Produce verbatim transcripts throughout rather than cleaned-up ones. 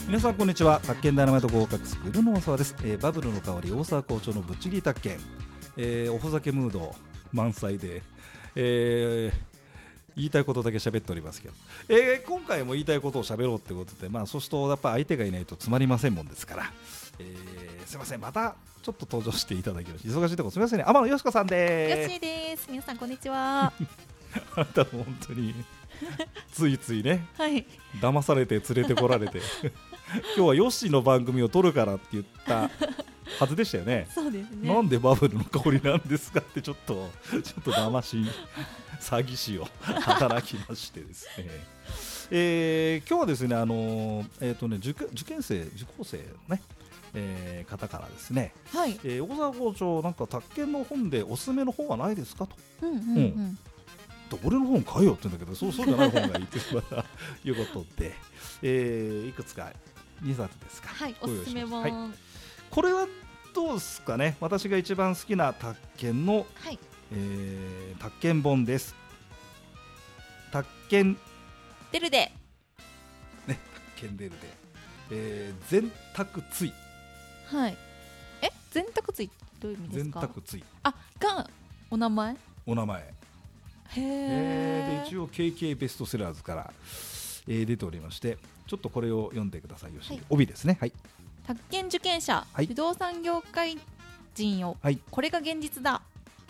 皆さんこんにちは。宅建ダイナマイト合格スクールの大沢です、えー、バブルの香り大沢校長のぶっちぎり宅建、えー、おふざけムード満載で、えー、言いたいことだけ喋っておりますけど、えー、今回も言いたいことを喋ろうってことで、まあそうするとやっぱ相手がいないとつまりませんもんですから、えー、すいません、またちょっと登場していただきまして忙しいところすみませんね。天野よしこさんでーす。よしです。皆さんこんにちは。 あなたも本当についついね、 はい、 騙されて連れてこられて今日はヨッシーの番組を撮るからって言ったはずでしたよね。 そうですね。 なんでバブルの香りなんですかってちょっとちょっと騙し詐欺師を働きましてですね、えー、今日はですね、あのーえーとね、受, 受験生受講生のね、えー、方からですね、 はい、 えー、大沢校長なんか宅建の本でおすすめの本はないですかと、 うんうんうんうん、 俺の本買えよって言うんだけど、そうそうじゃない本がいいということで、えー、いくつかにさつですか、 はい、おすすめ本、 はい、これはどうですかね。私が一番好きな宅建の、 はい、 えー、宅建本です。宅建デルデ、 ね、宅建デルデ、えー、全宅追、 はい、え、全宅追どういう意味ですか。 全宅追、 あ、がお名前、 お名前、 へー、 で一応 ケーケー ベストセラーズから、えー、出ておりまして、ちょっとこれを読んでくださいよし、はい、帯ですね。はい、 宅建受験者、はい、不動産業界人よ、はい、これが現実だ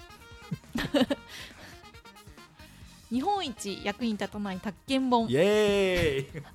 日本一役に立たない宅建本、 イエーイ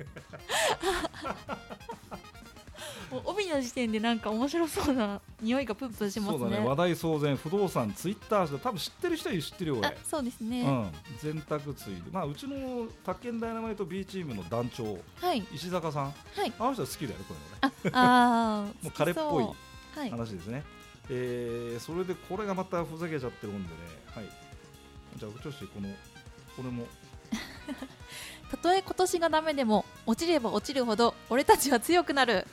もう帯の時点でなんか面白そうな匂いがプンプンしますね。 そうだね、話題騒然、不動産、ツイッターで多分知ってる人は知ってるよ俺。 あ、そうですね、 うん、全宅追で、まあ、うちの宅建ダイナマイト B チームの団長、はい、石坂さん、はい、あの人は好きだよね、こういうのね。ああもう彼っぽい話ですね、はい、えー、それでこれがまたふざけちゃってるもんでね、はい、じゃあ調子このこれもたとえ今年がダメでも落ちれば落ちるほど俺たちは強くなる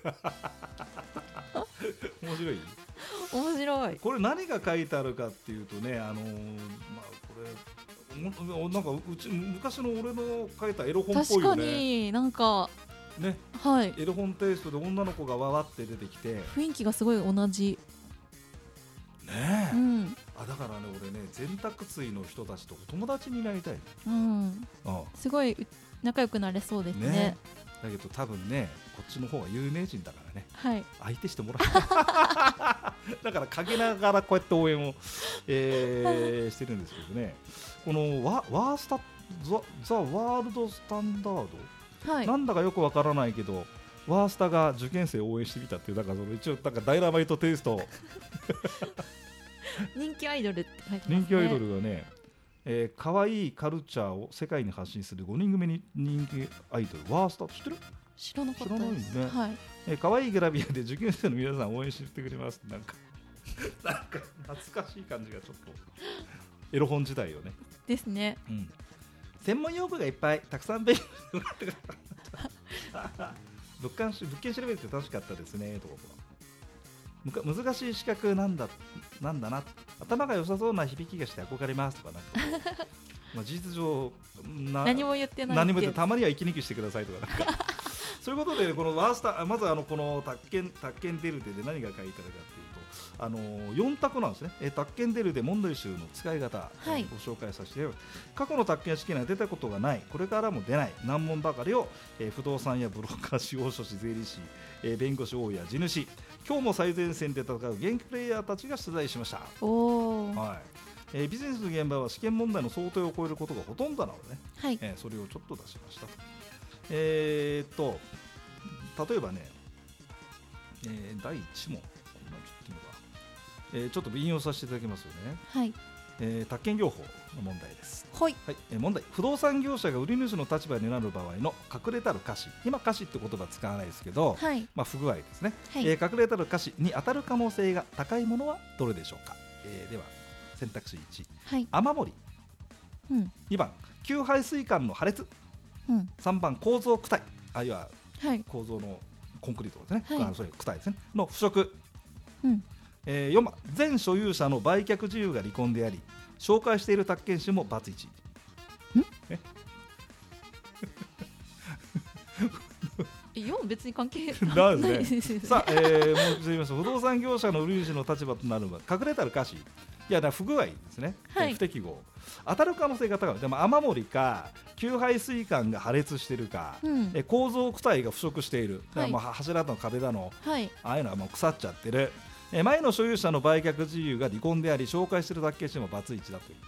面白い面白い。 これ何が書いてあるかっていうとね、あのー、まあこれなんかうち昔の俺の書いたエロ本っぽいよね。 確かになんかね、はい、エロ本テイストで女の子がわわって出てきて雰囲気がすごい同じねえ、 うん、 あだからね俺ね全宅追の人たちと友達になりたい、 うん、ああすごい仲良くなれそうです ね, ねだけど多分ねこっちの方が有名人だからね、 はい、 相手してもらえないだから陰ながらこうやって応援を、えー、してるんですけどね、この ワ, ワースタザ, ザワールドスタンダード、はい、なんだかよくわからないけどワースタが受験生を応援してみたっていう、だからその一応なんかダイナマイトテイスト人気アイドルって書いてますね。 人気アイドルがね、えー、かわいいカルチャーを世界に発信するごにん組に人気アイドルワースタ、知ってる？ 知らなかったです。知らないですね、 はい、えー、かわいいグラビアで受験生の皆さん応援してくれます。なんかなんか懐かしい感じがちょっとエロ本時代よね。 ですね、 うん、専門用語がいっぱいたくさん勉強物件物件調べて楽しかったですねとか、難しい資格なんだなんだな、頭が良さそうな響きがして憧れますとか、なんかまあ事実上な何も言ってないって、 何も言ってたまには息抜きしてくださいとかなんかそういうことで、このワースタ、まずあのこの宅建宅建デルデで何が書いてあるかっていうと、あのよん択なんですね。え宅建デルデ問題集の使い方、はい、ご紹介させて、過去の宅建試験には出たことがない、これからも出ない難問ばかりを、えー、不動産やブローカー、司法書士、税理士、えー、弁護士、大家、地主、今日も最前線で戦う現役プレイヤーたちが出題しました。お、はい、えー、ビジネスの現場は試験問題の想定を超えることがほとんどなのでね、はい、えー、それをちょっと出しましたと。えー、っと例えばね、えー、だいいち問、えー、ちょっと引用させていただきますよね。はい、えー、宅建業法の問題です。はい、はい、えー、問題、不動産業者が売り主の立場になる場合の隠れたる瑕疵、今瑕疵って言葉使わないですけど、はい、まあ、不具合ですね、はい、えー、隠れたる瑕疵に当たる可能性が高いものはどれでしょうか。えー、では選択肢いち、はい、雨漏り、うん、にばん給排水管の破裂、うん、さんばん構造躯体、あるいは構造のコンクリートですね、はい、あ、それ躯体ですねの腐食、うん、えー、よんばん前所有者の売却事由が離婚であり紹介している宅建士もバツいち。んえよん別に関係なんないですねですよね。 さあ、えー、もう一度言います。不動産業者の売主の立場となるのは隠れたる歌詞、いやだ不具合ですね、 はい、 えー不適合、当たる可能性が高い。でも雨漏りか給排水管が破裂しているか、 うん、 えー構造躯体が腐食している、だからまあ柱の壁だの、 はい、 ああいうのはもう腐っちゃってる、えー前の所有者の売却事由が離婚であり紹介している宅建士もバツイチだという。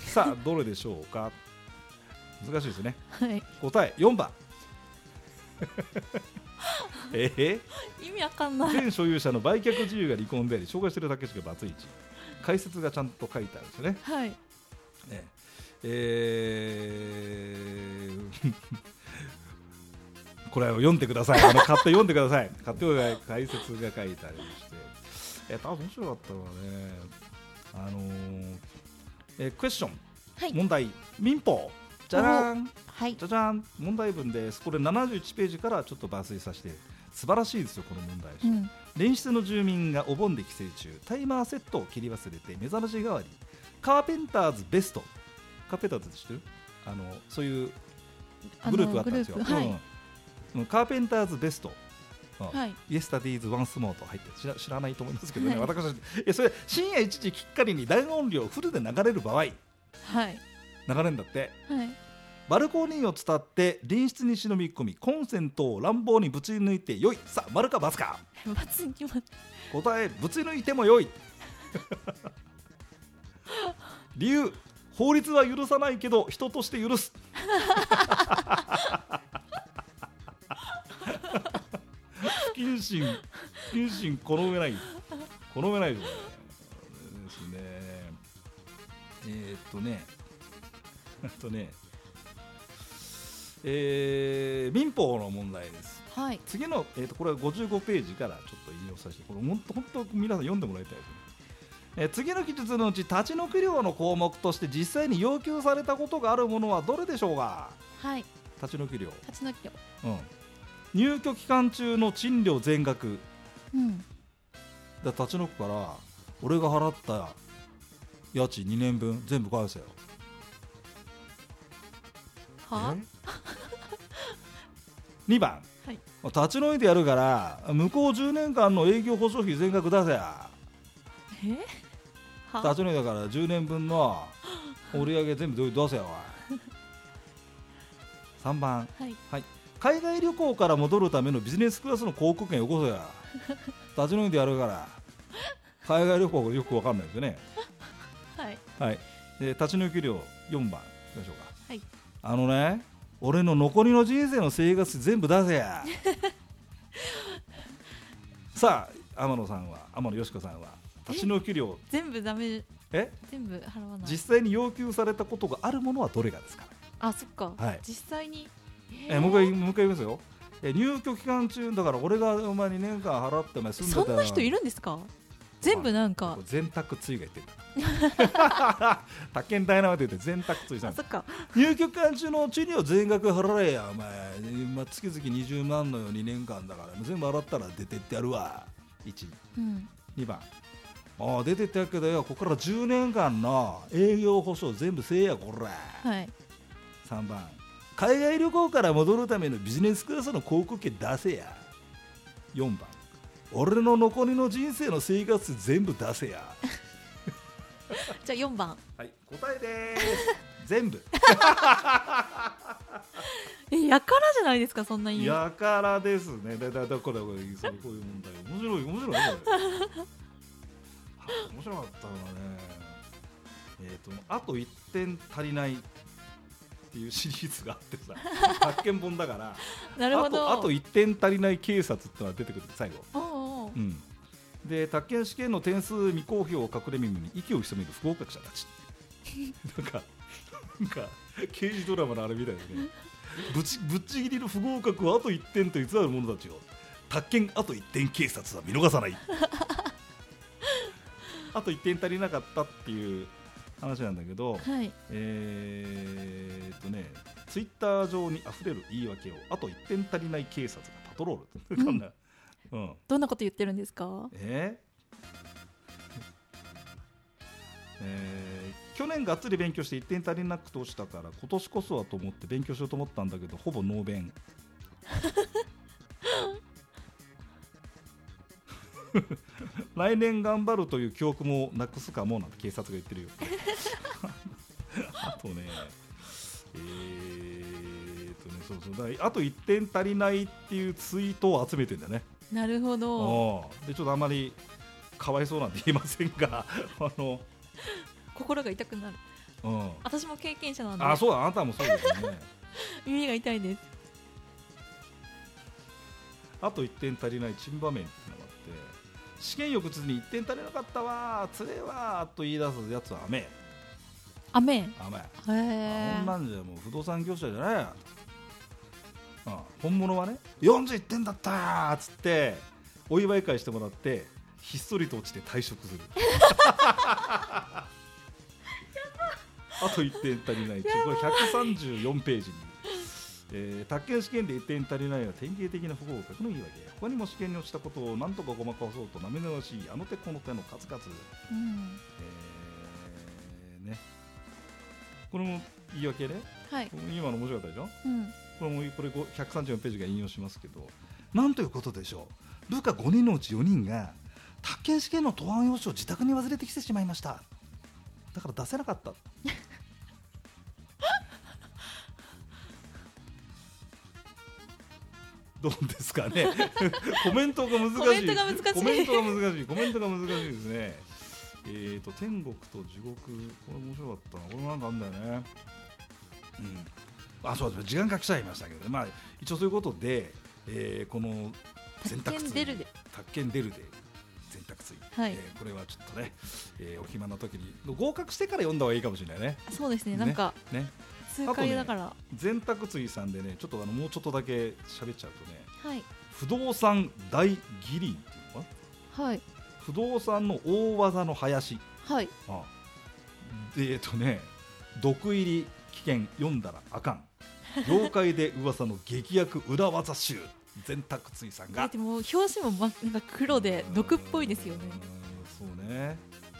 さあどれでしょうか。難しいですね。 はい、 答えよんばんえー、 意味わかんない。 前所有者の売却事由が離婚であり紹介しているだけしかバツイチ。解説がちゃんと書いてあるんですよね。 はい、 ねえーこれを読んでください。あの買って読んでください。買ってください。解説が書いてありまして、えー、面白かったのはね、あのーえー、クエスチョン、 はい、 問題、民法、じゃらん、 はい、 じゃじゃん、問題文です。これななじゅういちページからちょっと抜粋させて、素晴らしいですよこの問題集。 うん、 連室の住民がお盆で帰省中、タイマーセットを切り忘れて目覚まし代わりカーペンターズベスト、カーペンターズって知ってる？あのそういうグループがあったんですよ。 はい、 うん、カーペンターズベスト、 はい、 イエスタディーズワンスモーと入って知ら、知らないと思いますけどね、 はい、 私えそれ深夜いちじきっかりに大音量フルで流れる場合、はい、流れるんだって、 はい、 バルコニーを伝って隣室に忍び込みコンセントを乱暴にぶち抜いてよい。さあ丸か×か。 ×に決まっ答え、ぶち抜いてもよい理由、法律は許さないけど人として許す不謹慎、不謹慎この上ない、この上ないですね。ですね。えー、っとねえっとねえー、民法の問題です。 はい、 次の、えー、とこれはごじゅうごページからちょっと引用させて、これ本当本当皆さん読んでもらいたいですね。えー、次の記述のうち立ち退き料の項目として実際に要求されたことがあるものはどれでしょうか。 はい、 立ち退き料、 立ち退き料、 うん、入居期間中の賃料全額、 うん、 だ立ち退くから俺が払った家賃にねんぶん全部返せよ。 はにばん、 はい、 立ち退いてやるから向こうじゅうねんかんの営業保証費全額出せや。 えは立ち退いたからじゅうねんぶんの売り上げ全部出せよおいさんばん、 はい、 はい、海外旅行から戻るためのビジネスクラスの広告券よこせや立ち退いてやるから海外旅行よく分かんないですよねはい、 はい、で立ち退き料よんばんいきましょうか。 はい、 あのね、俺の残りの人生の生活費全部出せやさあ天野さんは、天野よしこさんは立ち退き料全部ダメ、 え全部払わない。 実際に要求されたことがあるものはどれかですか。 あ、そっか、 はい、 実際に、 えー、もう一回もう一回言いますよ。え入居期間中だから俺がお前にねんかん払ってお前住んでたらそんな人いるんですか。全部なんか全託追が言ってる宅建ダイナマイト言って全託追さん。 そっか、 入居期間中のうちには全額払えやお前、まあ、月々にじゅうまんのよにねんかんだから全部払ったら出てってやるわ。いち、 うん、 にばん、ああ出てってやるけどよここからじゅうねんかんの営業保証全部せえやこら。 はい、 さんばん、海外旅行から戻るためのビジネスクラスの広告券出せや。よんばん、俺の残りの人生の生活全部出せやじゃあよんばん。 はい、答えでーす全部え、やからじゃないですか、そんなに。 やからですね。だだだこれこれそうこういう問題面白い面白いねこれ面白かったのはね、えーとあといってん足りないっていうシリーズがあってさ発見本だからなるほど。 あと、あといってん足りない警察ってのが出てくる最後。 おうおう、 うん、で宅建試験の点数未公表を隠れ耳に息を潜める不合格者たちなんかなんか刑事ドラマのあれみたいですねぶちぶっちぎりの不合格はあといってんと偽る者たちを宅建あといってん警察は見逃さないあといってん足りなかったっていう話なんだけど、 はい、 えーっとねツイッター上にあふれる言い訳をあといってん足りない警察がパトロール、うんうん、 どんなこと言ってるんですか。 えーえー、去年がっつり勉強していってん足りなくとしたから今年こそはと思って勉強しようと思ったんだけどほぼノー勉来年頑張るという記憶もなくすかもなんて警察が言ってるよあとねえー、っとねそうそうだあといってん足りないっていうツイートを集めてんだよね。 なるほど。 でちょっとあんまりかわいそうなんて言いませんがあの心が痛くなる、うん、私も経験者なんで。 あそうだあなたもそうですよね耳が痛いです。 あといってん足りない珍場面っていうのがあって、試験翌日にいってん足りなかったわつれえわと言い出すやつは雨雨雨。へえ。 こんなんじゃもう不動産業者じゃないや、うん、本物はねよんじゅういってんだったーっつってお祝い会してもらってひっそりと落ちて退職するあといってん足りないこれひゃくさんじゅうよんページに、えー、宅建試験でいってん足りないは典型的な不合格の言い訳。他にも試験に落ちたことを何とかごまかそうとなめなしいあの手この手の数々、うんえーね、これも言い訳ね、はい、今の面白かったでしょ、うん、これもこれひゃくさんじゅうよんページが引用しますけど、なんということでしょう。部下ごにんのうちよにんが宅建試験の答案用紙を自宅に忘れてきてしまいました。だから出せなかったどうですかねコメントが難しいコメントが難しいコメントが難しいコメントが難しいですね。えーと天国と地獄、これ面白かったな。これなんかあんだよね、うん、あそうです時間が来ちゃいましたけど、まあ、一応そういうことで、えー、この選択宅建出るで宅建出るで選択追、はいえー、これはちょっとね、えー、お暇な時に合格してから読んだ方がいいかもしれないね。 そうですね、なんかね通過だから、ね、 全宅追さんでねちょっとあのもうちょっとだけ喋っちゃうとね、 はい、 不動産大義林っていうのかな、はい、不動産の大技の林、はい、ああでえっとね毒入り危険読んだらあかん業界で噂の激薬裏技集全宅追さんがでも表紙も、ま、なんか黒で毒っぽいですよね。 そうね、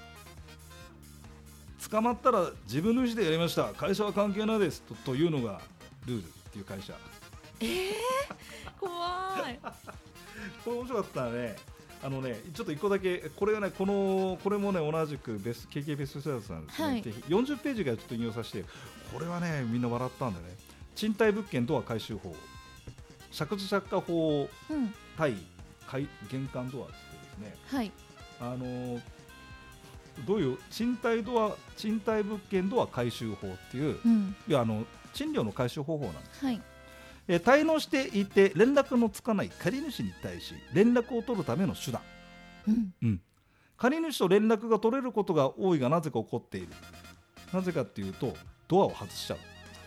捕まったら自分の意思でやりました、会社は関係ないです と, というのがルールっていう会社。 えー、怖いこれ面白かったね。あのねちょっと一個だけこれがねこのこれもね同じくベス ケーケー ベストセラーズなんですね、はい、よんじゅうページからちょっと引用させて、これはねみんな笑ったんだよね。賃貸物件ドア改修法、借地借家法対玄関ドアってですね、はい、あのどういう賃貸ドア賃貸物件ドア改修法っていう、うん、いやあの賃料の回収方法なんです、はい、えー、滞納していて連絡のつかない借り主に対し連絡を取るための手段、うんうん、借り主と連絡が取れることが多いがなぜか起こっている。なぜかっていうとドアを外しちゃう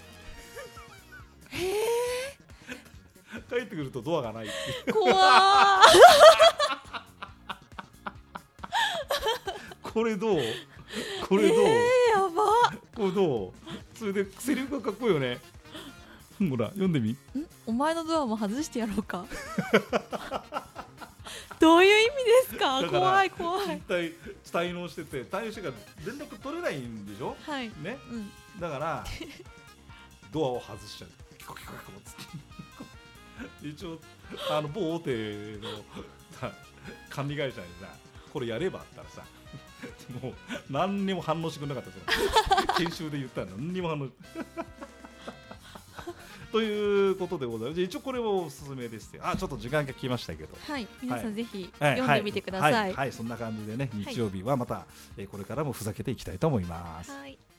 へ帰ってくるとドアがないって怖これどうこれどう、 えー、やばこれどうそれでセリフがかっこいいよね。ほら読んでみ。んお前のドアも外してやろうかどういう意味ですか。怖い怖い。 賃貸滞納してて滞納してから連絡取れないんでしょ、はいねうん、だからドアを外しちゃうキコキコキコつって一応あの某大手の管理会社にさこれやればあったらさもう何にも反応してくれなかった研修で言ったら何にも反応ということでございます。一応これもおすすめですよ。あちょっと時間が来ましたけど、 はい、皆さんぜひ読んでみてください。はい、 はいはい、そんな感じでね日曜日はまた、はい、これからもふざけていきたいと思います。はい。